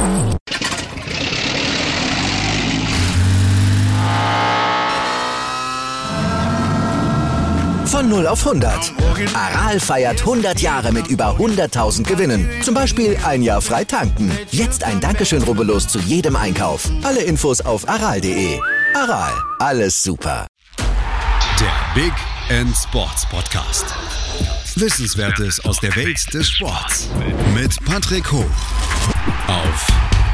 Von 0 auf 100. Aral feiert 100 Jahre mit über 100.000 Gewinnen. Zum Beispiel ein Jahr frei tanken. Jetzt ein Dankeschön, rubbellos zu jedem Einkauf. Alle Infos auf aral.de. Aral, alles super. Der Big End Sports Podcast. Wissenswertes aus der Welt des Sports. Mit Patrick Hoch. Auf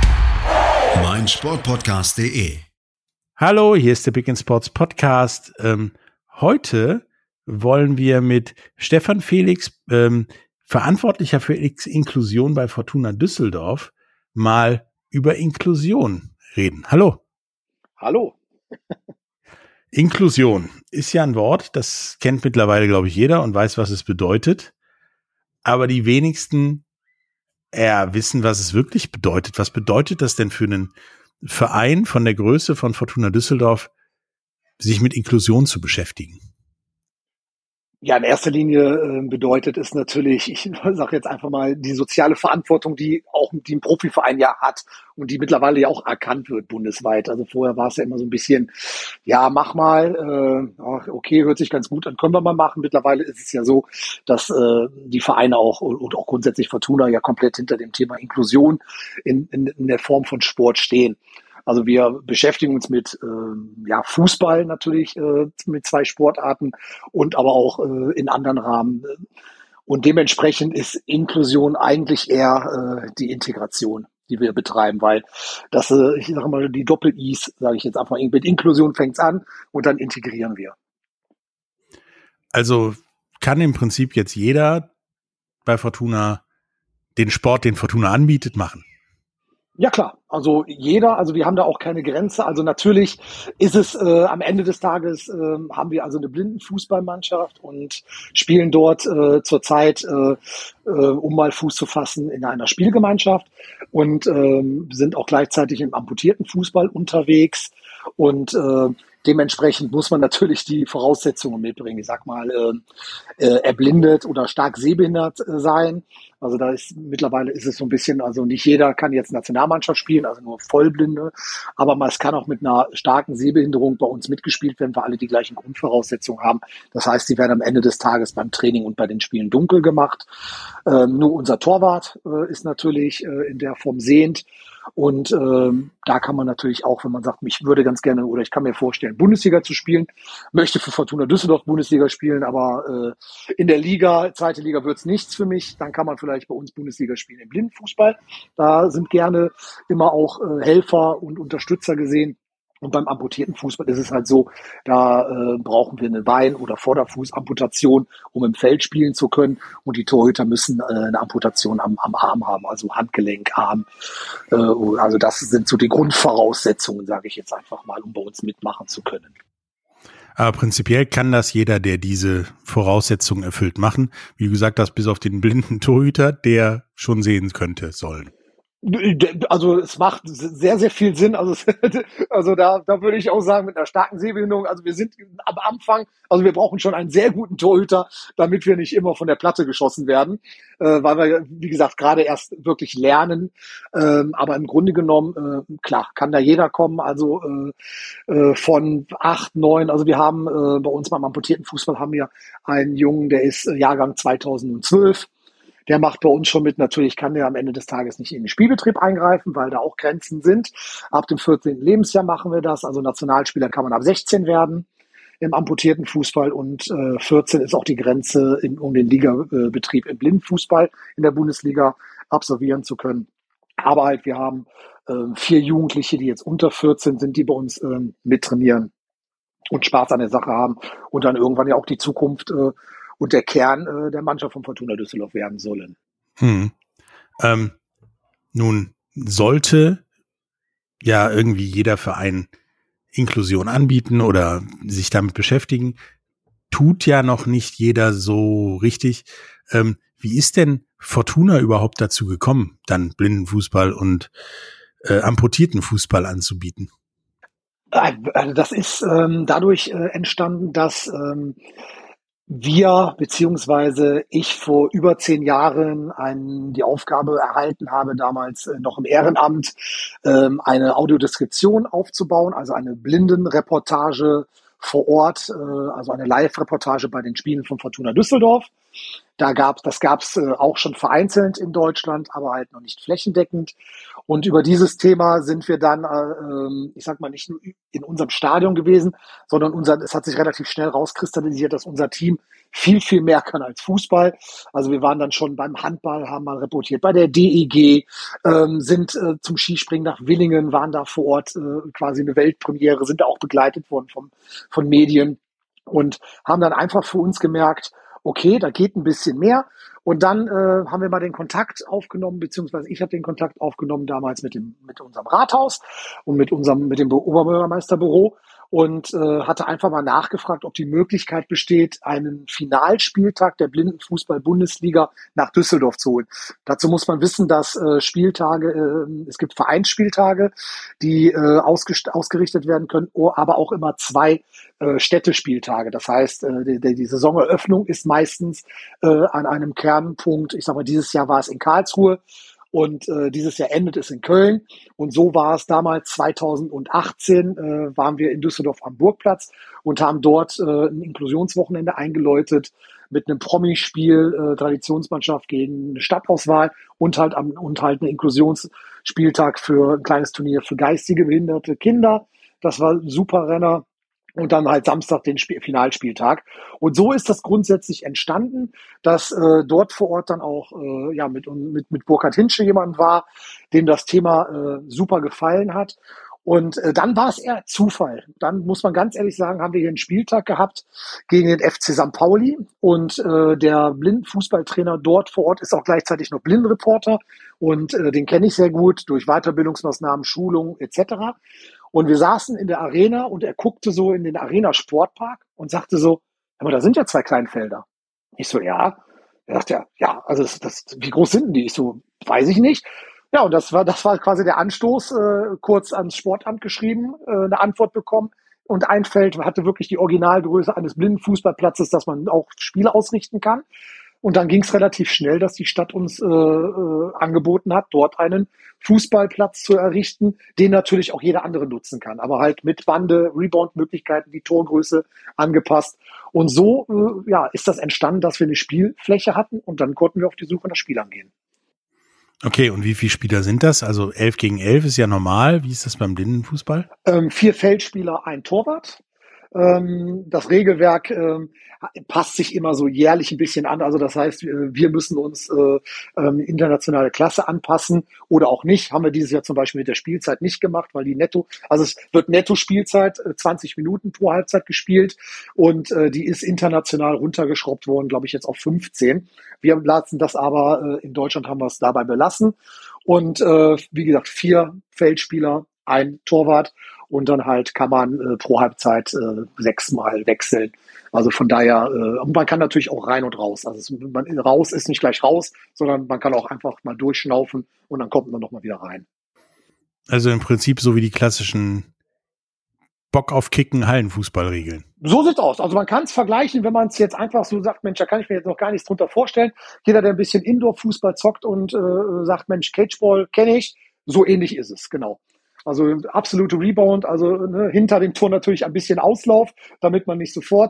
meinsportpodcast.de. Hallo, hier ist der Big End Sports Podcast. Heute wollen wir mit Stefan Felix, Verantwortlicher für Inklusion bei Fortuna Düsseldorf, mal über Inklusion reden. Hallo. Hallo. Inklusion ist ja ein Wort, das kennt mittlerweile, glaube ich, jeder und weiß, was es bedeutet. Aber die wenigsten wissen, was es wirklich bedeutet. Was bedeutet das denn für einen Verein von der Größe von Fortuna Düsseldorf, sich mit Inklusion zu beschäftigen? Ja, in erster Linie bedeutet es natürlich, ich sage jetzt einfach mal, die soziale Verantwortung, die ein Profiverein ja hat und die mittlerweile ja auch erkannt wird bundesweit. Also vorher war es ja immer so ein bisschen, ja, mach mal, okay, hört sich ganz gut an, können wir mal machen. Mittlerweile ist es ja so, dass die Vereine auch und auch grundsätzlich Fortuna ja komplett hinter dem Thema Inklusion in der Form von Sport stehen. Also wir beschäftigen uns mit Fußball natürlich, mit 2 Sportarten und aber auch in anderen Rahmen. Und dementsprechend ist Inklusion eigentlich eher die Integration, die wir betreiben, weil das, ich sage mal, die Doppel-Is, sage ich jetzt einfach, mit Inklusion fängt's an und dann integrieren wir. Also kann im Prinzip jetzt jeder bei Fortuna den Sport, den Fortuna anbietet, machen? Ja klar, also wir haben da auch keine Grenze. Also natürlich ist es am Ende des Tages, haben wir also eine Blindenfußballmannschaft und spielen dort zurzeit, um mal Fuß zu fassen, in einer Spielgemeinschaft und sind auch gleichzeitig im amputierten Fußball unterwegs und dementsprechend muss man natürlich die Voraussetzungen mitbringen. Ich sag mal, erblindet oder stark sehbehindert sein. Also mittlerweile ist es so ein bisschen, also nicht jeder kann jetzt Nationalmannschaft spielen, also nur Vollblinde, aber es kann auch mit einer starken Sehbehinderung bei uns mitgespielt werden, weil alle die gleichen Grundvoraussetzungen haben. Das heißt, sie werden am Ende des Tages beim Training und bei den Spielen dunkel gemacht. Nur unser Torwart ist natürlich in der Form sehend. Und da kann man natürlich auch, wenn man sagt, ich würde ganz gerne oder ich kann mir vorstellen, Bundesliga zu spielen, möchte für Fortuna Düsseldorf Bundesliga spielen, aber in der Liga, 2. Liga wird's nichts für mich, dann kann man vielleicht bei uns Bundesliga spielen im Blindenfußball. Da sind gerne immer auch Helfer und Unterstützer gesehen. Und beim amputierten Fußball ist es halt so, da brauchen wir eine Bein- oder Vorderfußamputation, um im Feld spielen zu können. Und die Torhüter müssen eine Amputation am Arm haben, also Handgelenk, Arm. Also das sind so die Grundvoraussetzungen, sage ich jetzt einfach mal, um bei uns mitmachen zu können. Aber prinzipiell kann das jeder, der diese Voraussetzungen erfüllt, machen. Wie du gesagt hast, bis auf den blinden Torhüter, der schon sehen könnte, sollen. Also es macht sehr, sehr viel Sinn. Also da würde ich auch sagen, mit einer starken Sehbehinderung, also wir sind am Anfang, also wir brauchen schon einen sehr guten Torhüter, damit wir nicht immer von der Platte geschossen werden, weil wir, wie gesagt, gerade erst wirklich lernen. Aber im Grunde genommen, klar, kann da jeder kommen. Also von 8, 9, also wir haben bei uns beim amputierten Fußball haben wir einen Jungen, der ist Jahrgang 2012. Der macht bei uns schon mit. Natürlich kann der am Ende des Tages nicht in den Spielbetrieb eingreifen, weil da auch Grenzen sind. Ab dem 14. Lebensjahr machen wir das. Also Nationalspieler kann man ab 16 werden im amputierten Fußball und 14 ist auch die Grenze, um den Ligabetrieb im Blindenfußball in der Bundesliga absolvieren zu können. Aber halt, wir haben 4 Jugendliche, die jetzt unter 14 sind, die bei uns mittrainieren und Spaß an der Sache haben und dann irgendwann ja auch die Zukunft und der Kern der Mannschaft von Fortuna Düsseldorf werden sollen. Nun sollte ja irgendwie jeder Verein Inklusion anbieten oder sich damit beschäftigen. Tut ja noch nicht jeder so richtig. Wie ist denn Fortuna überhaupt dazu gekommen, dann Blindenfußball und amputierten Fußball anzubieten? Also das ist dadurch entstanden, dass wir beziehungsweise ich vor über 10 Jahren die Aufgabe erhalten habe, damals noch im Ehrenamt, eine Audiodeskription aufzubauen, also eine Blindenreportage vor Ort, also eine Live-Reportage bei den Spielen von Fortuna Düsseldorf. Das gab's auch schon vereinzelt in Deutschland, aber halt noch nicht flächendeckend. Und über dieses Thema sind wir dann, ich sag mal, nicht nur in unserem Stadion gewesen, sondern es hat sich relativ schnell rauskristallisiert, dass unser Team viel, viel mehr kann als Fußball. Also wir waren dann schon beim Handball, haben mal reportiert, bei der DEG, sind zum Skispringen nach Willingen, waren da vor Ort, quasi eine Weltpremiere, sind da auch begleitet worden von Medien und haben dann einfach für uns gemerkt, okay, da geht ein bisschen mehr. Und dann haben wir mal den Kontakt aufgenommen, beziehungsweise ich habe den Kontakt aufgenommen damals mit unserem Rathaus und mit dem Oberbürgermeisterbüro und hatte einfach mal nachgefragt, ob die Möglichkeit besteht, einen Finalspieltag der Blindenfußball-Bundesliga nach Düsseldorf zu holen. Dazu muss man wissen, dass es gibt Vereinsspieltage, die ausgerichtet werden können, aber auch immer 2 Städtespieltage. Das heißt, die Saisoneröffnung ist meistens an einem Kernpunkt. Ich sag mal, dieses Jahr war es in Karlsruhe und dieses Jahr endet es in Köln. Und so war es damals 2018, waren wir in Düsseldorf am Burgplatz und haben dort ein Inklusionswochenende eingeläutet mit einem Promispiel, Traditionsmannschaft gegen eine Stadtauswahl und halt einen Inklusionsspieltag für ein kleines Turnier für geistige behinderte Kinder. Das war ein super Renner. Und dann halt Samstag den Finalspieltag. Und so ist das grundsätzlich entstanden, dass dort vor Ort dann auch mit Burkhard Hinsche jemand war, dem das Thema super gefallen hat. Und dann war es eher Zufall. Dann muss man ganz ehrlich sagen, haben wir hier einen Spieltag gehabt gegen den FC St. Pauli. Und der Blindenfußballtrainer dort vor Ort ist auch gleichzeitig noch Blindenreporter. Und den kenne ich sehr gut durch Weiterbildungsmaßnahmen, Schulungen etc. Und wir saßen in der Arena und er guckte so in den Arena-Sportpark und sagte so, aber da sind ja 2 Kleinfelder. Ich so, ja. Er sagte, ja, also wie groß sind denn die? Ich so, weiß ich nicht. Ja, und das war quasi der Anstoß, kurz ans Sportamt geschrieben, eine Antwort bekommen. Und ein Feld hatte wirklich die Originalgröße eines Blindenfußballplatzes, dass man auch Spiele ausrichten kann. Und dann ging es relativ schnell, dass die Stadt uns angeboten hat, dort einen Fußballplatz zu errichten, den natürlich auch jeder andere nutzen kann. Aber halt mit Bande, Rebound-Möglichkeiten, die Torgröße angepasst. Und so ist das entstanden, dass wir eine Spielfläche hatten und dann konnten wir auf die Suche nach Spielern gehen. Okay, und wie viele Spieler sind das? Also 11 gegen 11 ist ja normal. Wie ist das beim Blindenfußball? 4 Feldspieler, ein Torwart. Das Regelwerk passt sich immer so jährlich ein bisschen an. Also das heißt, wir müssen uns internationale Klasse anpassen oder auch nicht. Haben wir dieses Jahr zum Beispiel mit der Spielzeit nicht gemacht, weil es wird Netto-Spielzeit, 20 Minuten pro Halbzeit gespielt und die ist international runtergeschraubt worden, glaube ich, jetzt auf 15. Wir lassen das aber, in Deutschland haben wir es dabei belassen. Und wie gesagt, 4 Feldspieler, ein Torwart. Und dann halt kann man pro Halbzeit 6-mal wechseln. Also von daher, man kann natürlich auch rein und raus. Also raus ist nicht gleich raus, sondern man kann auch einfach mal durchschnaufen und dann kommt man nochmal wieder rein. Also im Prinzip so wie die klassischen Bock auf Kicken Hallenfußballregeln. So sieht's aus. Also man kann es vergleichen, wenn man es jetzt einfach so sagt, Mensch, da kann ich mir jetzt noch gar nichts drunter vorstellen. Jeder, der ein bisschen Indoor-Fußball zockt und sagt, Mensch, Cageball kenne ich, so ähnlich ist es, genau. Also absolute Rebound, also hinter dem Tor natürlich ein bisschen Auslauf, damit man nicht sofort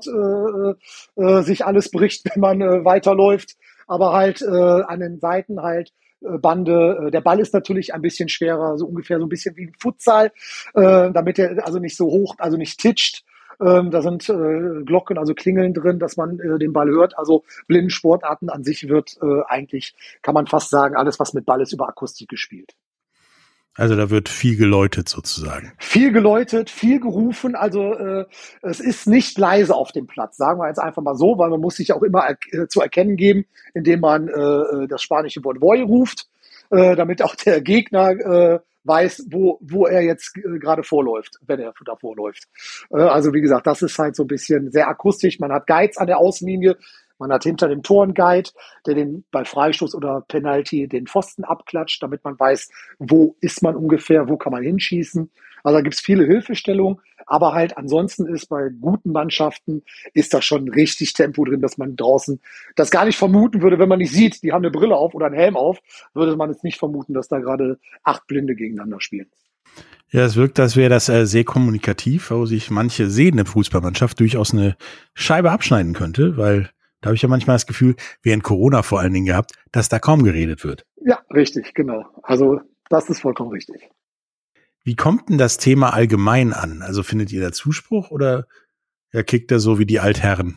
sich alles bricht, wenn man weiterläuft. Aber halt an den Seiten halt Bande. Der Ball ist natürlich ein bisschen schwerer, so ungefähr so ein bisschen wie ein Futsal, damit er also nicht so hoch, also nicht titscht. Da sind Glocken, also Klingeln drin, dass man den Ball hört. Also Blindensportarten an sich wird eigentlich, kann man fast sagen, alles, was mit Ball ist, über Akustik gespielt. Also da wird viel geläutet sozusagen. Viel geläutet, viel gerufen. Also es ist nicht leise auf dem Platz, sagen wir jetzt einfach mal so, weil man muss sich auch immer zu erkennen geben, indem man das spanische Wort Voy ruft, damit auch der Gegner weiß, wo er jetzt gerade vorläuft, wenn er da vorläuft. Also wie gesagt, das ist halt so ein bisschen sehr akustisch. Man hat Guides an der Außenlinie, Man hat hinter dem Tor einen Guide, der den bei Freistoß oder Penalty den Pfosten abklatscht, damit man weiß, wo ist man ungefähr, wo kann man hinschießen. Also da gibt's viele Hilfestellungen, aber halt ansonsten ist bei guten Mannschaften ist da schon richtig Tempo drin, dass man draußen das gar nicht vermuten würde, wenn man nicht sieht, die haben eine Brille auf oder einen Helm auf, würde man jetzt nicht vermuten, dass da gerade 8 Blinde gegeneinander spielen. Ja, es wirkt, als wäre das sehr kommunikativ, wo sich manche sehende Fußballmannschaft durchaus eine Scheibe abschneiden könnte, weil da habe ich ja manchmal das Gefühl, während Corona vor allen Dingen gehabt, dass da kaum geredet wird. Ja, richtig, genau. Also das ist vollkommen richtig. Wie kommt denn das Thema allgemein an? Also findet ihr da Zuspruch oder kickt er so wie die Altherren?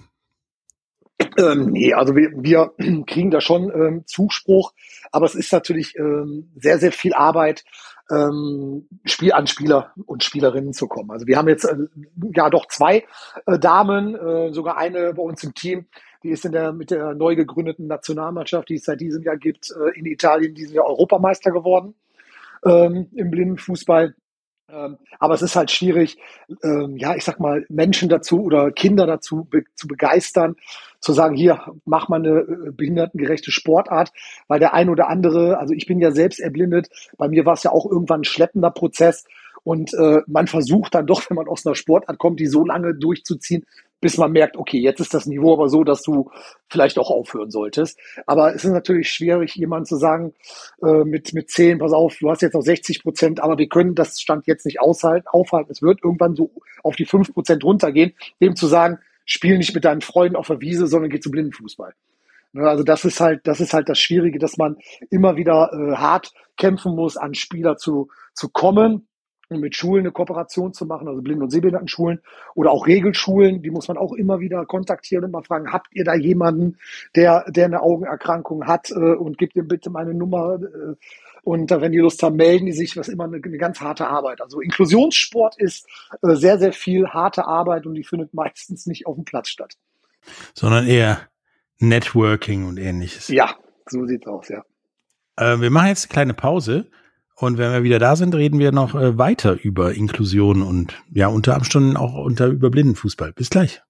Nee, also wir kriegen da schon Zuspruch, aber es ist natürlich sehr, sehr viel Arbeit, an Spieler und Spielerinnen zu kommen. Also wir haben jetzt ja doch 2 Damen, sogar eine bei uns im Team, die ist mit der neu gegründeten Nationalmannschaft, die es seit diesem Jahr gibt, in Italien diesem Jahr Europameister geworden im Blindenfußball. Aber es ist halt schwierig, ja, ich sag mal, Menschen dazu oder Kinder dazu zu begeistern, zu sagen, hier, mach mal eine behindertengerechte Sportart, weil der ein oder andere, also ich bin ja selbst erblindet, bei mir war es ja auch irgendwann ein schleppender Prozess und man versucht dann doch, wenn man aus einer Sportart kommt, die so lange durchzuziehen, bis man merkt, okay, jetzt ist das Niveau aber so, dass du vielleicht auch aufhören solltest. Aber es ist natürlich schwierig, jemandem zu sagen, mit 10, pass auf, du hast jetzt noch 60%, aber wir können das Stand jetzt nicht aufhalten. Es wird irgendwann so auf die 5% runtergehen, dem zu sagen, spiel nicht mit deinen Freunden auf der Wiese, sondern geh zu Blindenfußball. Also das ist halt das Schwierige, dass man immer wieder hart kämpfen muss, an Spieler zu kommen, und mit Schulen eine Kooperation zu machen, also Blinden- und Sehbehindertenschulen oder auch Regelschulen, die muss man auch immer wieder kontaktieren und mal fragen, habt ihr da jemanden, der eine Augenerkrankung hat und gebt ihm bitte meine Nummer und wenn die Lust haben, melden die sich, was immer eine ganz harte Arbeit. Also Inklusionssport ist sehr, sehr viel harte Arbeit und die findet meistens nicht auf dem Platz statt. Sondern eher Networking und Ähnliches. Ja, so sieht's aus, ja. Wir machen jetzt eine kleine Pause. Und wenn wir wieder da sind, reden wir noch weiter über Inklusion und ja, unter Umständen auch über Blindenfußball. Bis gleich.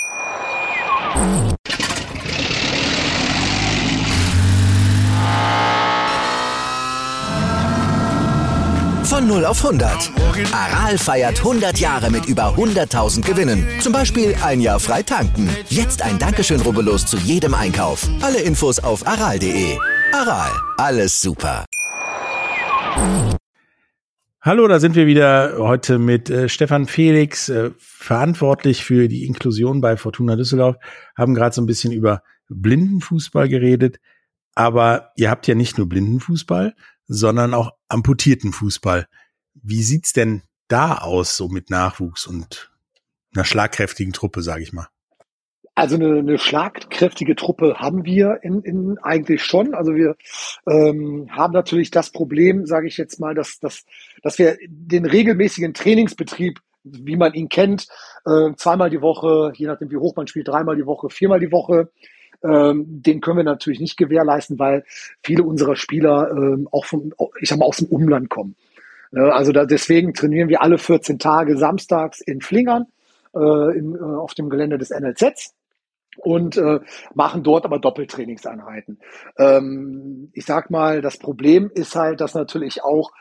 Von 0 auf 100. Aral feiert 100 Jahre mit über 100.000 Gewinnen. Zum Beispiel ein Jahr frei tanken. Jetzt ein Dankeschön, rubbellos zu jedem Einkauf. Alle Infos auf aral.de. Aral, alles super. Hallo, da sind wir wieder heute mit Stefan Felix, verantwortlich für die Inklusion bei Fortuna Düsseldorf. Haben gerade so ein bisschen über Blindenfußball geredet, aber ihr habt ja nicht nur Blindenfußball, sondern auch amputierten Fußball. Wie sieht's denn da aus, so mit Nachwuchs und einer schlagkräftigen Truppe, sage ich mal? Also eine schlagkräftige Truppe haben wir in eigentlich schon. Also wir haben natürlich das Problem, sage ich jetzt mal, dass wir den regelmäßigen Trainingsbetrieb, wie man ihn kennt, 2-mal die Woche, je nachdem wie hoch man spielt, 3-mal die Woche, 4-mal die Woche, den können wir natürlich nicht gewährleisten, weil viele unserer Spieler auch aus dem Umland kommen. Also deswegen trainieren wir alle 14 Tage samstags in Flingern auf dem Gelände des NLZs. Und machen dort aber Doppeltrainingseinheiten. Ich sag mal, das Problem ist halt, dass natürlich auch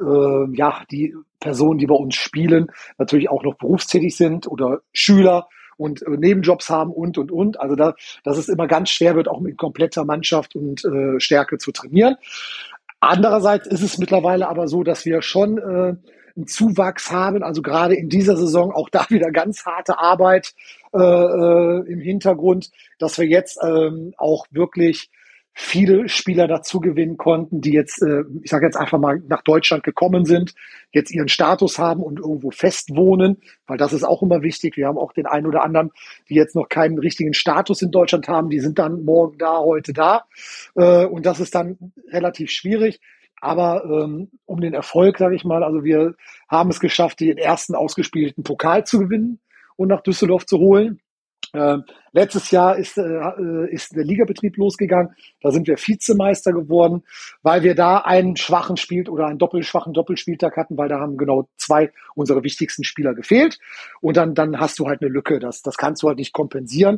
die Personen, die bei uns spielen, natürlich auch noch berufstätig sind oder Schüler und Nebenjobs haben und. Also dass es immer ganz schwer wird, auch mit kompletter Mannschaft und Stärke zu trainieren. Andererseits ist es mittlerweile aber so, dass wir schon einen Zuwachs haben, also gerade in dieser Saison auch da wieder ganz harte Arbeit im Hintergrund, dass wir jetzt auch wirklich viele Spieler dazu gewinnen konnten, die jetzt, ich sage jetzt einfach mal, nach Deutschland gekommen sind, jetzt ihren Status haben und irgendwo fest wohnen, weil das ist auch immer wichtig. Wir haben auch den einen oder anderen, die jetzt noch keinen richtigen Status in Deutschland haben, die sind dann morgen da, heute da und das ist dann relativ schwierig. Aber um den Erfolg, sage ich mal, also wir haben es geschafft, den ersten ausgespielten Pokal zu gewinnen und nach Düsseldorf zu holen. Letztes Jahr ist der Ligabetrieb losgegangen. Da sind wir Vizemeister geworden, weil wir da einen schwachen Doppelspieltag hatten, weil da haben genau 2 unserer wichtigsten Spieler gefehlt. Und dann hast du halt eine Lücke. Das kannst du halt nicht kompensieren.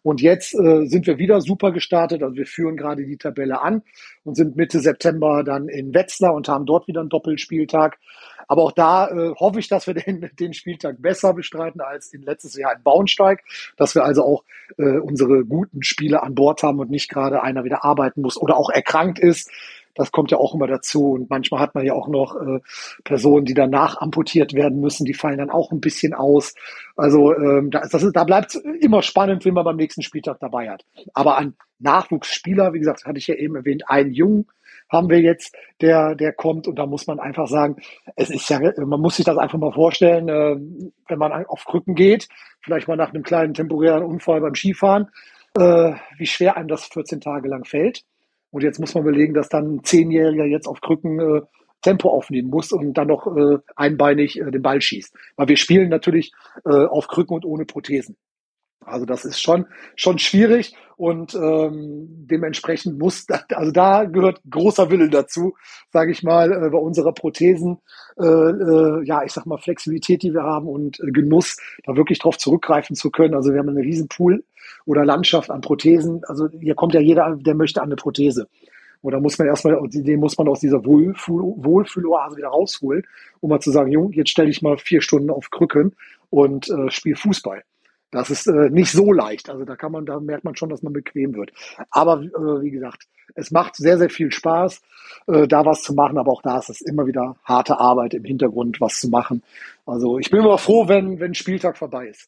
Und jetzt sind wir wieder super gestartet. Also wir führen gerade die Tabelle an und sind Mitte September dann in Wetzlar und haben dort wieder einen Doppelspieltag. Aber auch da hoffe ich, dass wir den Spieltag besser bestreiten als in letztes Jahr in Braunschweig, dass wir also auch unsere guten Spieler an Bord haben und nicht gerade einer wieder arbeiten muss oder auch erkrankt ist. Das kommt ja auch immer dazu. Und manchmal hat man ja auch noch Personen, die danach amputiert werden müssen. Die fallen dann auch ein bisschen aus. Also da bleibt es immer spannend, wenn man beim nächsten Spieltag dabei hat. Aber an Nachwuchsspieler, wie gesagt, hatte ich ja eben erwähnt, einen Jungen haben wir jetzt, der kommt. Und da muss man einfach sagen, es ist ja, man muss sich das einfach mal vorstellen, wenn man auf Krücken geht, vielleicht mal nach einem kleinen temporären Unfall beim Skifahren, wie schwer einem das 14 Tage lang fällt. Und jetzt muss man überlegen, dass dann ein 10-Jähriger jetzt auf Krücken Tempo aufnehmen muss und dann noch einbeinig den Ball schießt. Weil wir spielen natürlich auf Krücken und ohne Prothesen. Also das ist schon schwierig und dementsprechend also da gehört großer Wille dazu, sage ich mal, bei unserer Prothesen, ich sag mal Flexibilität, die wir haben und Genuss, da wirklich drauf zurückgreifen zu können. Also wir haben einen riesen Pool oder Landschaft an Prothesen. Also hier kommt ja jeder, der möchte an eine Prothese. Und da muss man den muss man aus dieser Wohlfühloase wieder rausholen, um mal zu sagen, Jung, jetzt stelle ich mal 4 Stunden auf Krücken und spiele Fußball. Das ist nicht so leicht. Also da merkt man schon, dass man bequem wird. Aber wie gesagt, es macht sehr, sehr viel Spaß, da was zu machen. Aber auch da ist es immer wieder harte Arbeit im Hintergrund, was zu machen. Also ich bin immer froh, wenn Spieltag vorbei ist.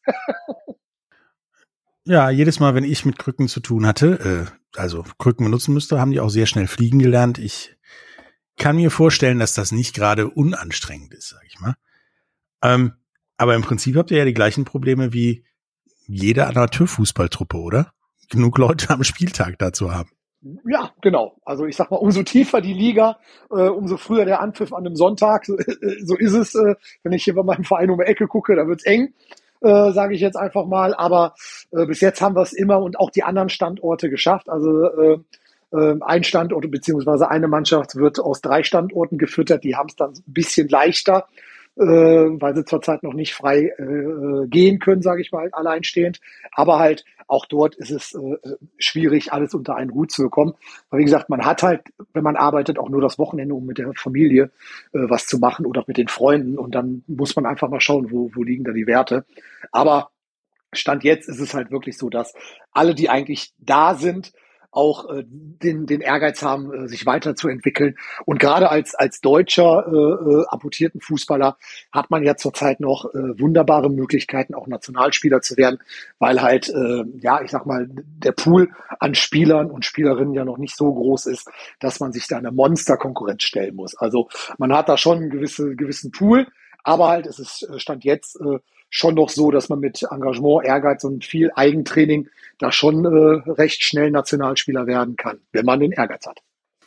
Ja, jedes Mal, wenn ich mit Krücken zu tun hatte, also Krücken benutzen müsste, haben die auch sehr schnell fliegen gelernt. Ich kann mir vorstellen, dass das nicht gerade unanstrengend ist, sag ich mal. Aber im Prinzip habt ihr ja die gleichen Probleme wie jede Amateurfußballtruppe, oder? Genug Leute am Spieltag dazu haben. Ja, genau. Also ich sag mal, umso tiefer die Liga, umso früher der Anpfiff an einem Sonntag. So ist es, wenn ich hier bei meinem Verein um die Ecke gucke, da wird's eng, sage ich jetzt einfach mal. Aber bis jetzt haben wir es immer und auch die anderen Standorte geschafft. Also ein Standort beziehungsweise eine Mannschaft wird aus 3 Standorten gefüttert. Die haben es dann ein bisschen leichter, weil sie zurzeit noch nicht frei gehen können, sage ich mal, alleinstehend. Aber halt auch dort ist es schwierig, alles unter einen Hut zu bekommen. Weil wie gesagt, man hat halt, wenn man arbeitet, auch nur das Wochenende, um mit der Familie was zu machen oder mit den Freunden. Und dann muss man einfach mal schauen, wo liegen da die Werte. Aber Stand jetzt ist es halt wirklich so, dass alle, die eigentlich da sind, auch den Ehrgeiz haben, sich weiterzuentwickeln. Und gerade als deutscher amputierten Fußballer hat man ja zurzeit noch wunderbare Möglichkeiten, auch Nationalspieler zu werden, weil halt, ich sag mal, der Pool an Spielern und Spielerinnen ja noch nicht so groß ist, dass man sich da eine Monsterkonkurrenz stellen muss. Also man hat da schon einen gewissen Pool, aber halt es ist Stand jetzt schon noch so, dass man mit Engagement, Ehrgeiz und viel Eigentraining da schon recht schnell Nationalspieler werden kann, wenn man den Ehrgeiz hat.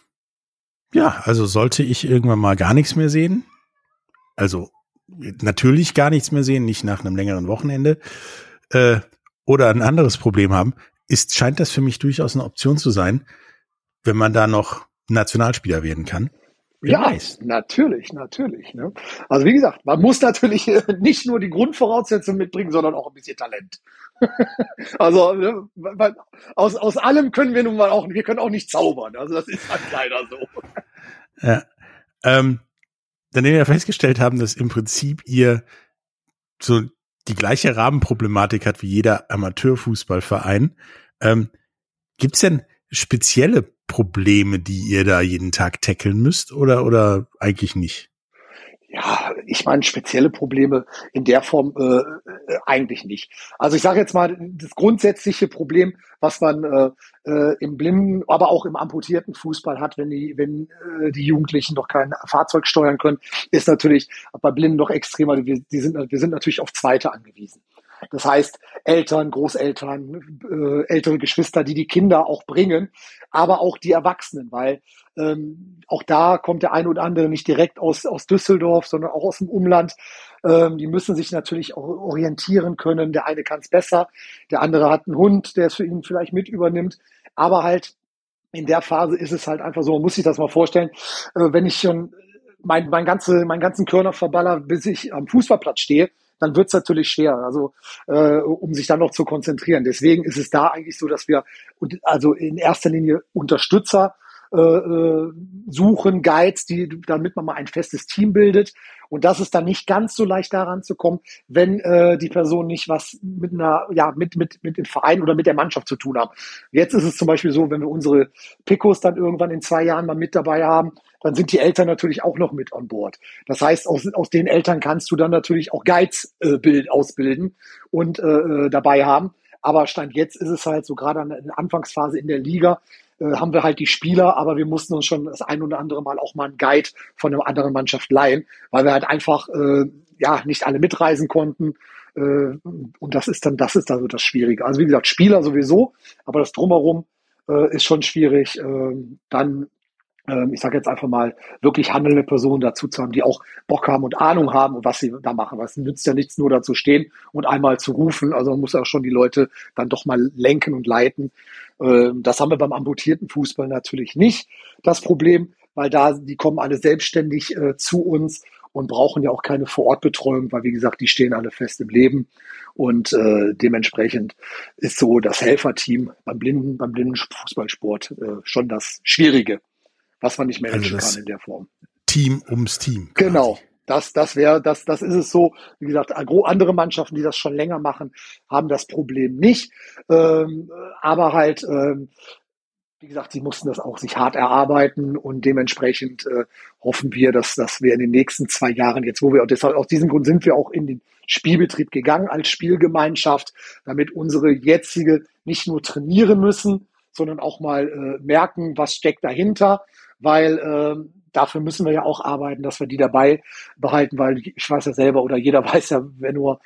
Ja, also sollte ich irgendwann mal gar nichts mehr sehen, also natürlich gar nichts mehr sehen, nicht nach einem längeren Wochenende, oder ein anderes Problem haben, scheint das für mich durchaus eine Option zu sein, wenn man da noch Nationalspieler werden kann. Ja, natürlich. Ne? Also wie gesagt, man muss natürlich nicht nur die Grundvoraussetzungen mitbringen, sondern auch ein bisschen Talent. Also ne, aus allem können wir nun mal wir können auch nicht zaubern. Also das ist halt leider so. Ja, dann wir ja festgestellt haben, dass im Prinzip ihr so die gleiche Rahmenproblematik hat wie jeder Amateurfußballverein. Gibt's denn spezielle Probleme, die ihr da jeden Tag tackeln müsst oder eigentlich nicht? Ja, ich meine, spezielle Probleme in der Form eigentlich nicht. Also ich sage jetzt mal, das grundsätzliche Problem, was man im blinden, aber auch im amputierten Fußball hat, wenn die Jugendlichen noch kein Fahrzeug steuern können, ist natürlich bei Blinden noch extremer. Wir sind natürlich auf Zweite angewiesen. Das heißt, Eltern, Großeltern, ältere Geschwister, die Kinder auch bringen, aber auch die Erwachsenen, weil auch da kommt der eine oder andere nicht direkt aus Düsseldorf, sondern auch aus dem Umland. Die müssen sich natürlich auch orientieren können. Der eine kann es besser, der andere hat einen Hund, der es für ihn vielleicht mit übernimmt. Aber halt in der Phase ist es halt einfach so, man muss sich das mal vorstellen, wenn ich schon meinen ganzen Körner verballer, bis ich am Fußballplatz stehe, dann wird's natürlich schwer, also um sich dann noch zu konzentrieren. Deswegen ist es da eigentlich so, dass wir also in erster Linie Unterstützer suchen, Guides, damit man mal ein festes Team bildet. Und das ist dann nicht ganz so leicht daran zu kommen, wenn die Person nicht was mit mit dem Verein oder mit der Mannschaft zu tun haben. Jetzt ist es zum Beispiel so, wenn wir unsere Picos dann irgendwann in 2 Jahren mal mit dabei haben, dann sind die Eltern natürlich auch noch mit on board. Das heißt, aus den Eltern kannst du dann natürlich auch Guides ausbilden und dabei haben. Aber Stand jetzt ist es halt so, gerade in der Anfangsphase in der Liga, haben wir halt die Spieler, aber wir mussten uns schon das ein oder andere Mal auch mal einen Guide von einer anderen Mannschaft leihen, weil wir halt einfach nicht alle mitreisen konnten. Und das ist dann so das Schwierige. Also wie gesagt, Spieler sowieso, aber das Drumherum ist schon schwierig, ich sage jetzt einfach mal, wirklich handelnde Personen dazu zu haben, die auch Bock haben und Ahnung haben, was sie da machen. Was nützt ja nichts, nur da zu stehen und einmal zu rufen. Also man muss ja auch schon die Leute dann doch mal lenken und leiten. Das haben wir beim amputierten Fußball natürlich nicht, das Problem, weil die kommen alle selbstständig zu uns und brauchen ja auch keine Vorortbetreuung, weil wie gesagt, die stehen alle fest im Leben. Und dementsprechend ist so das Helferteam beim blinden Fußballsport schon das Schwierige, was man nicht managen kann in der Form. Team ums Team. Quasi. Genau. Das ist es so. Wie gesagt, andere Mannschaften, die das schon länger machen, haben das Problem nicht. Aber halt, wie gesagt, sie mussten das auch sich hart erarbeiten und dementsprechend hoffen wir, dass wir in den nächsten 2 Jahren jetzt, deshalb aus diesem Grund sind wir auch in den Spielbetrieb gegangen als Spielgemeinschaft, damit unsere jetzige nicht nur trainieren müssen, sondern auch mal merken, was steckt dahinter, weil dafür müssen wir ja auch arbeiten, dass wir die dabei behalten, weil ich weiß ja selber oder jeder weiß ja, wer nur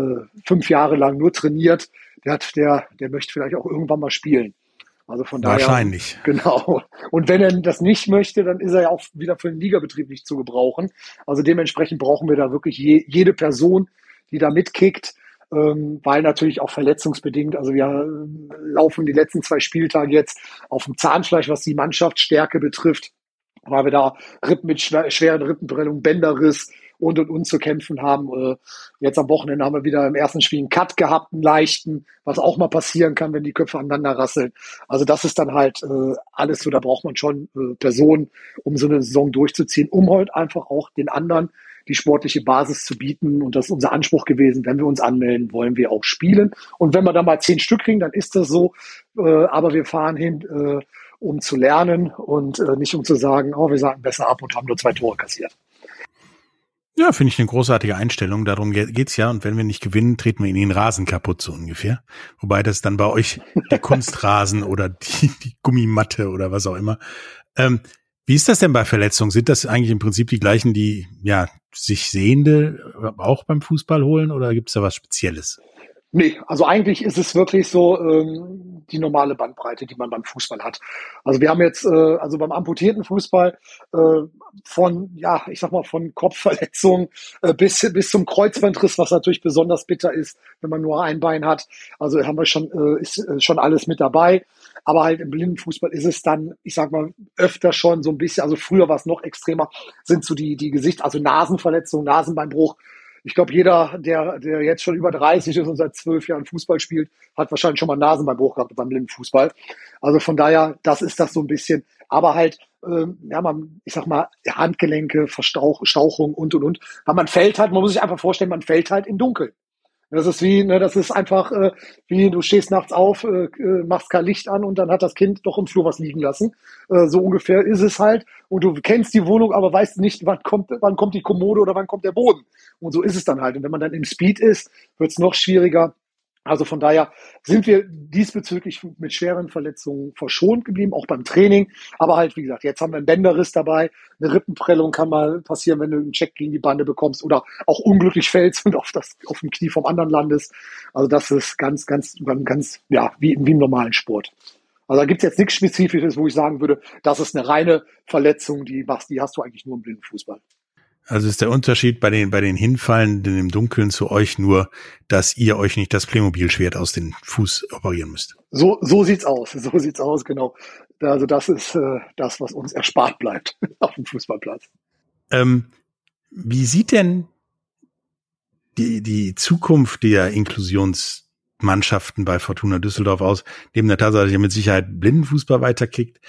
5 Jahre lang nur trainiert, der möchte vielleicht auch irgendwann mal spielen. Also von daher. Wahrscheinlich. Genau. Und wenn er das nicht möchte, dann ist er ja auch wieder für den Ligabetrieb nicht zu gebrauchen. Also dementsprechend brauchen wir da wirklich jede Person, die da mitkickt, weil natürlich auch verletzungsbedingt, also wir laufen die letzten 2 Spieltage jetzt auf dem Zahnfleisch, was die Mannschaftsstärke betrifft, weil wir da Rippen mit schweren Rippenprellungen, Bänderriss und zu kämpfen haben. Jetzt am Wochenende haben wir wieder im ersten Spiel einen Cut gehabt, einen leichten, was auch mal passieren kann, wenn die Köpfe aneinander rasseln. Also das ist dann halt alles so, da braucht man schon Personen, um so eine Saison durchzuziehen, um halt einfach auch den anderen die sportliche Basis zu bieten. Und das ist unser Anspruch gewesen. Wenn wir uns anmelden, wollen wir auch spielen. Und wenn wir dann mal 10 Stück kriegen, dann ist das so. Aber wir fahren hin, um zu lernen und nicht um zu sagen, wir sagen besser ab und haben nur 2 Tore kassiert. Ja, finde ich eine großartige Einstellung. Darum geht's ja. Und wenn wir nicht gewinnen, treten wir in den Rasen kaputt, so ungefähr. Wobei das dann bei euch der Kunstrasen oder die Gummimatte oder was auch immer. Wie ist das denn bei Verletzungen? Sind das eigentlich im Prinzip die gleichen, die sich Sehende auch beim Fußball holen oder gibt es da was Spezielles? Nee, also eigentlich ist es wirklich so die normale Bandbreite, die man beim Fußball hat. Also wir haben jetzt, also beim amputierten Fußball von Kopfverletzung bis zum Kreuzbandriss, was natürlich besonders bitter ist, wenn man nur ein Bein hat. Also haben wir ist schon alles mit dabei. Aber halt im Blindenfußball ist es dann, ich sag mal, öfter schon so ein bisschen, also früher war es noch extremer, sind so die also Nasenverletzungen, Nasenbeinbruch. Ich glaube, jeder, der jetzt schon über 30 ist und seit 12 Jahren Fußball spielt, hat wahrscheinlich schon mal einen Nasenbeinbruch gehabt beim Blindenfußball. Also von daher, das ist das so ein bisschen. Aber halt, Handgelenke, Verstauchung und. Weil man fällt halt, man muss sich einfach vorstellen, man fällt halt im Dunkeln. Das ist das ist einfach wie du stehst nachts auf, machst kein Licht an und dann hat das Kind doch im Flur was liegen lassen. So ungefähr ist es halt. Und du kennst die Wohnung, aber weißt nicht, wann kommt die Kommode oder wann kommt der Boden. Und so ist es dann halt. Und wenn man dann im Speed ist, wird es noch schwieriger. Also von daher sind wir diesbezüglich mit schweren Verletzungen verschont geblieben, auch beim Training. Aber halt, wie gesagt, jetzt haben wir einen Bänderriss dabei. Eine Rippenprellung kann mal passieren, wenn du einen Check gegen die Bande bekommst oder auch unglücklich fällst und auf dem Knie vom anderen landest. Also das ist ganz, wie im normalen Sport. Also da gibt's jetzt nichts Spezifisches, wo ich sagen würde, das ist eine reine Verletzung, die hast du eigentlich nur im Blindenfußball. Also ist der Unterschied bei den Hinfallenden im Dunkeln zu euch nur, dass ihr euch nicht das Playmobil-Schwert aus dem Fuß operieren müsst. So sieht's aus, genau. Also das ist das, was uns erspart bleibt auf dem Fußballplatz. Wie sieht denn die Zukunft der Inklusionsmannschaften bei Fortuna Düsseldorf aus, neben der Tatsache, dass ihr mit Sicherheit Blindenfußball weiterkickt,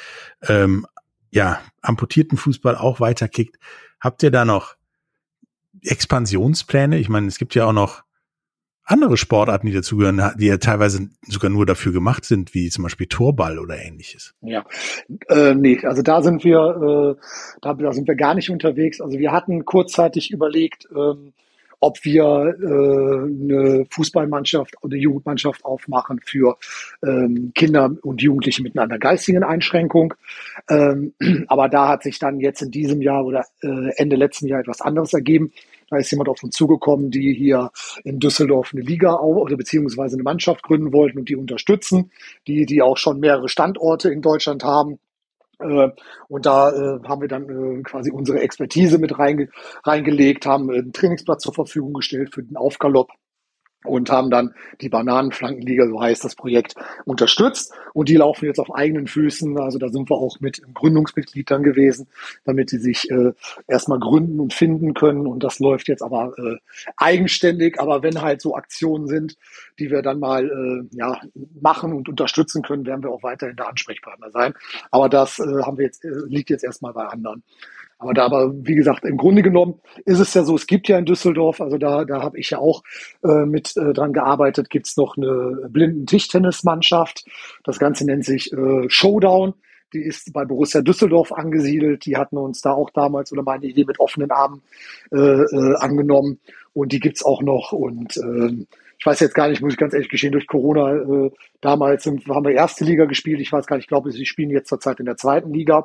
amputierten Fußball auch weiterkickt. Habt ihr da noch Expansionspläne? Ich meine, es gibt ja auch noch andere Sportarten, die dazugehören, die ja teilweise sogar nur dafür gemacht sind, wie zum Beispiel Torball oder Ähnliches. Ja, nee, also da sind wir gar nicht unterwegs. Also wir hatten kurzzeitig überlegt, ob wir eine Fußballmannschaft oder eine Jugendmannschaft aufmachen für Kinder und Jugendliche mit einer geistigen Einschränkung. Aber da hat sich dann jetzt in diesem Jahr oder Ende letzten Jahr etwas anderes ergeben. Da ist jemand auf uns zugekommen, die hier in Düsseldorf eine Liga oder beziehungsweise eine Mannschaft gründen wollten und die unterstützen, die auch schon mehrere Standorte in Deutschland haben. Und da haben wir dann quasi unsere Expertise mit reingelegt, haben einen Trainingsplatz zur Verfügung gestellt für den Aufgalopp und haben dann die Bananenflankenliga, so heißt das Projekt, unterstützt. Und die laufen jetzt auf eigenen Füßen. Also da sind wir auch mit im Gründungsmitglied dann gewesen, damit die sich erstmal gründen und finden können. Und das läuft jetzt aber eigenständig. Aber wenn halt so Aktionen sind, die wir dann mal machen und unterstützen können, werden wir auch weiterhin der Ansprechpartner sein. Aber das liegt jetzt erstmal bei anderen. Aber wie gesagt, im Grunde genommen ist es ja so, es gibt ja in Düsseldorf, also da habe ich ja auch mit dran gearbeitet, gibt's noch eine Blinden-Tischtennismannschaft. Das Ganze nennt sich Showdown. Die ist bei Borussia Düsseldorf angesiedelt. Die hatten uns da auch damals oder meine Idee mit offenen Armen angenommen. Und die gibt's auch noch. Und ich weiß jetzt gar nicht, muss ich ganz ehrlich gestehen, durch Corona damals haben wir erste Liga gespielt. Ich weiß gar nicht, ich glaube, sie spielen jetzt zurzeit in der zweiten Liga.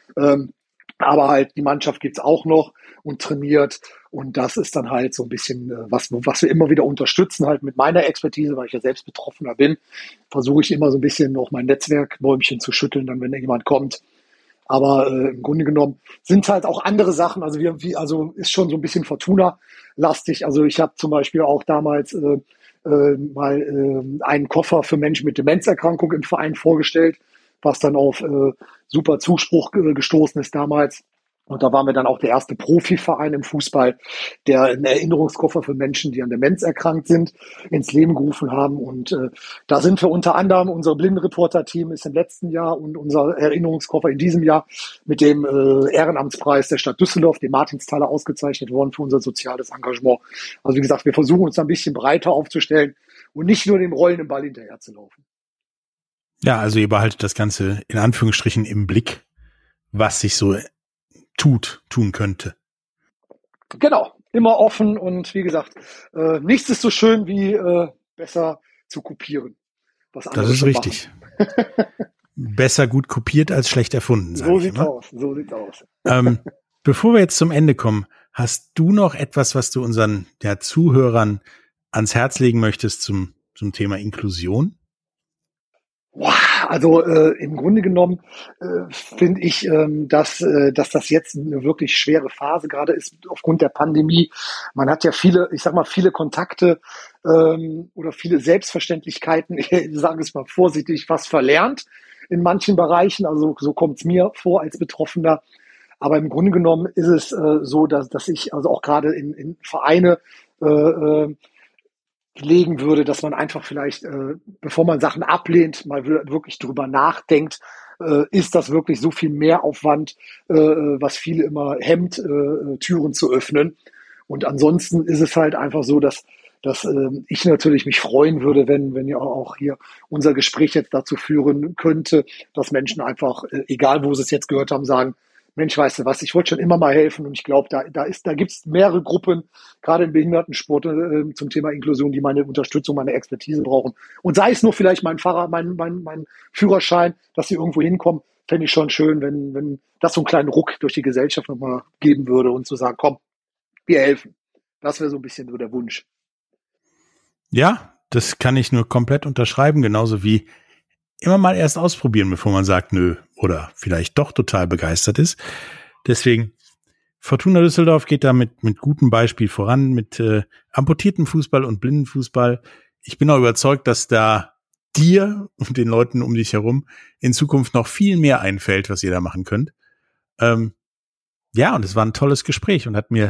Aber halt die Mannschaft gibt's auch noch und trainiert. Und das ist dann halt so ein bisschen, was wir immer wieder unterstützen, halt mit meiner Expertise, weil ich ja selbst Betroffener bin, versuche ich immer so ein bisschen noch mein Netzwerkbäumchen zu schütteln, dann wenn jemand kommt. Aber im Grunde genommen sind halt auch andere Sachen. Also ist schon so ein bisschen Fortuna-lastig. Also ich habe zum Beispiel auch damals mal einen Koffer für Menschen mit Demenzerkrankung im Verein vorgestellt, was dann auf super Zuspruch gestoßen ist damals. Und da waren wir dann auch der erste Profiverein im Fußball, der einen Erinnerungskoffer für Menschen, die an Demenz erkrankt sind, ins Leben gerufen haben. Und da sind wir unter anderem, unser Blindenreporter-Team ist im letzten Jahr und unser Erinnerungskoffer in diesem Jahr mit dem Ehrenamtspreis der Stadt Düsseldorf, dem Martinsthaler, ausgezeichnet worden für unser soziales Engagement. Also wie gesagt, wir versuchen uns ein bisschen breiter aufzustellen und nicht nur dem rollenden Ball hinterher zu laufen. Ja, also ihr behaltet das Ganze in Anführungsstrichen im Blick, was sich so tun könnte. Genau, immer offen und wie gesagt, nichts ist so schön wie besser zu kopieren. Was das ist richtig. Besser gut kopiert als schlecht erfunden. So sieht's aus. Bevor wir jetzt zum Ende kommen, hast du noch etwas, was du unseren Zuhörern ans Herz legen möchtest zum Thema Inklusion? Also im Grunde genommen finde ich, dass das jetzt eine wirklich schwere Phase gerade ist aufgrund der Pandemie. Man hat ja viele Kontakte oder viele Selbstverständlichkeiten, ich sage es mal vorsichtig, was verlernt in manchen Bereichen. Also so kommt es mir vor als Betroffener. Aber im Grunde genommen ist es so, dass ich also auch gerade in Vereine legen würde, dass man einfach vielleicht, bevor man Sachen ablehnt, mal wirklich drüber nachdenkt, ist das wirklich so viel Mehraufwand, was viele immer hemmt, Türen zu öffnen. Und ansonsten ist es halt einfach so, dass ich natürlich mich freuen würde, wenn ihr auch hier unser Gespräch jetzt dazu führen könnte, dass Menschen einfach, egal wo sie es jetzt gehört haben, sagen, Mensch, weißt du was, ich wollte schon immer mal helfen und ich glaube, da gibt's mehrere Gruppen, gerade im Behindertensport zum Thema Inklusion, die meine Unterstützung, meine Expertise brauchen. Und sei es nur vielleicht mein Führerschein, dass sie irgendwo hinkommen, fände ich schon schön, wenn das so einen kleinen Ruck durch die Gesellschaft nochmal geben würde und zu sagen, komm, wir helfen. Das wäre so ein bisschen so der Wunsch. Ja, das kann ich nur komplett unterschreiben, genauso wie immer mal erst ausprobieren, bevor man sagt, nö, oder vielleicht doch total begeistert ist. Deswegen, Fortuna Düsseldorf geht da mit gutem Beispiel voran, mit amputierten Fußball und Blindenfußball. Ich bin auch überzeugt, dass da dir und den Leuten um dich herum in Zukunft noch viel mehr einfällt, was ihr da machen könnt. Ja, und es war ein tolles Gespräch und hat mir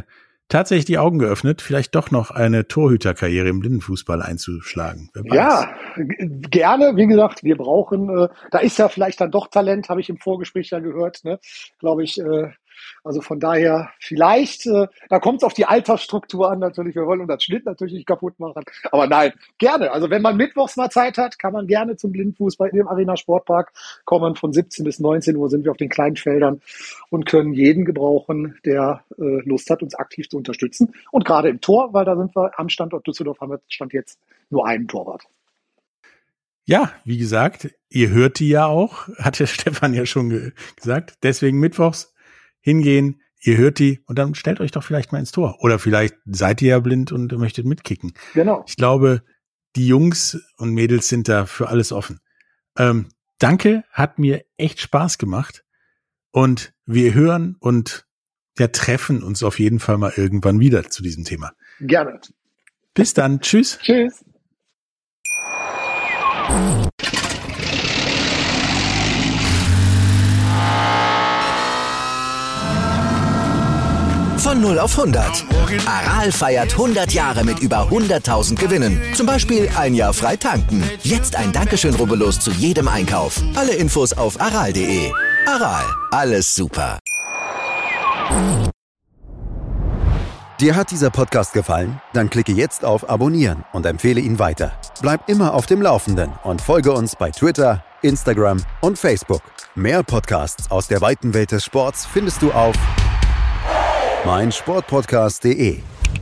tatsächlich die Augen geöffnet, vielleicht doch noch eine Torhüterkarriere im Blindenfußball einzuschlagen. Ja, gerne. Wie gesagt, wir brauchen, da ist ja vielleicht dann doch Talent, habe ich im Vorgespräch ja gehört, ne? Glaube ich. Also von daher vielleicht, da kommt es auf die Altersstruktur an natürlich. Wir wollen unseren Schnitt natürlich nicht kaputt machen. Aber nein, gerne. Also wenn man mittwochs mal Zeit hat, kann man gerne zum Blindenfußball im Arena Sportpark kommen. Von 17 bis 19 Uhr sind wir auf den kleinen Feldern und können jeden gebrauchen, der Lust hat, uns aktiv zu unterstützen. Und gerade im Tor, weil da sind wir am Standort Düsseldorf, haben wir Stand jetzt nur einen Torwart. Ja, wie gesagt, ihr hört die ja auch, hat ja Stefan ja schon gesagt. Deswegen mittwochs hingehen, ihr hört die und dann stellt euch doch vielleicht mal ins Tor. Oder vielleicht seid ihr ja blind und möchtet mitkicken. Genau. Ich glaube, die Jungs und Mädels sind da für alles offen. Danke, hat mir echt Spaß gemacht. Und wir hören und treffen uns auf jeden Fall mal irgendwann wieder zu diesem Thema. Gerne. Bis dann. Tschüss. Tschüss. Von 0 auf 100. Aral feiert 100 Jahre mit über 100.000 Gewinnen. Zum Beispiel ein Jahr frei tanken. Jetzt ein Dankeschön, rubbellos zu jedem Einkauf. Alle Infos auf aral.de. Aral, alles super. Dir hat dieser Podcast gefallen? Dann klicke jetzt auf Abonnieren und empfehle ihn weiter. Bleib immer auf dem Laufenden und folge uns bei Twitter, Instagram und Facebook. Mehr Podcasts aus der weiten Welt des Sports findest du auf meinsportpodcast.de.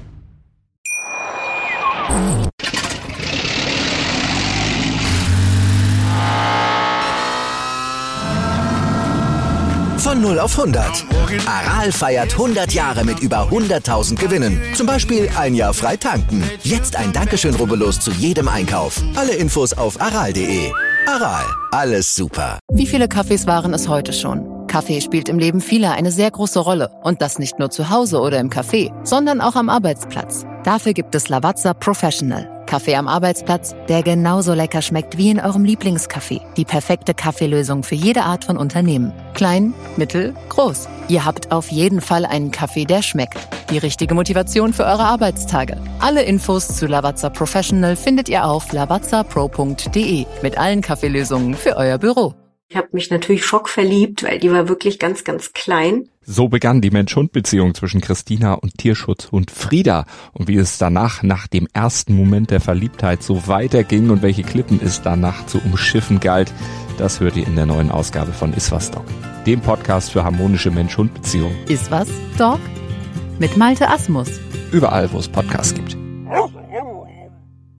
Von 0 auf 100. Aral feiert 100 Jahre mit über 100.000 Gewinnen. Zum Beispiel ein Jahr frei tanken. Jetzt ein Dankeschön, rubbellos zu jedem Einkauf. Alle Infos auf aral.de. Aral, alles super. Wie viele Kaffees waren es heute schon? Kaffee spielt im Leben vieler eine sehr große Rolle. Und das nicht nur zu Hause oder im Café, sondern auch am Arbeitsplatz. Dafür gibt es Lavazza Professional. Kaffee am Arbeitsplatz, der genauso lecker schmeckt wie in eurem Lieblingscafé. Die perfekte Kaffeelösung für jede Art von Unternehmen. Klein, mittel, groß. Ihr habt auf jeden Fall einen Kaffee, der schmeckt. Die richtige Motivation für eure Arbeitstage. Alle Infos zu Lavazza Professional findet ihr auf lavazzapro.de mit allen Kaffeelösungen für euer Büro. Ich habe mich natürlich schockverliebt, weil die war wirklich ganz, ganz klein. So begann die Mensch-Hund-Beziehung zwischen Christina und Tierschutzhund Frieda. Und wie es danach, nach dem ersten Moment der Verliebtheit, so weiterging und welche Klippen es danach zu umschiffen galt, das hört ihr in der neuen Ausgabe von Iswas Dog, dem Podcast für harmonische Mensch-Hund-Beziehungen. Iswas Dog? Mit Malte Asmus. Überall, wo es Podcasts gibt.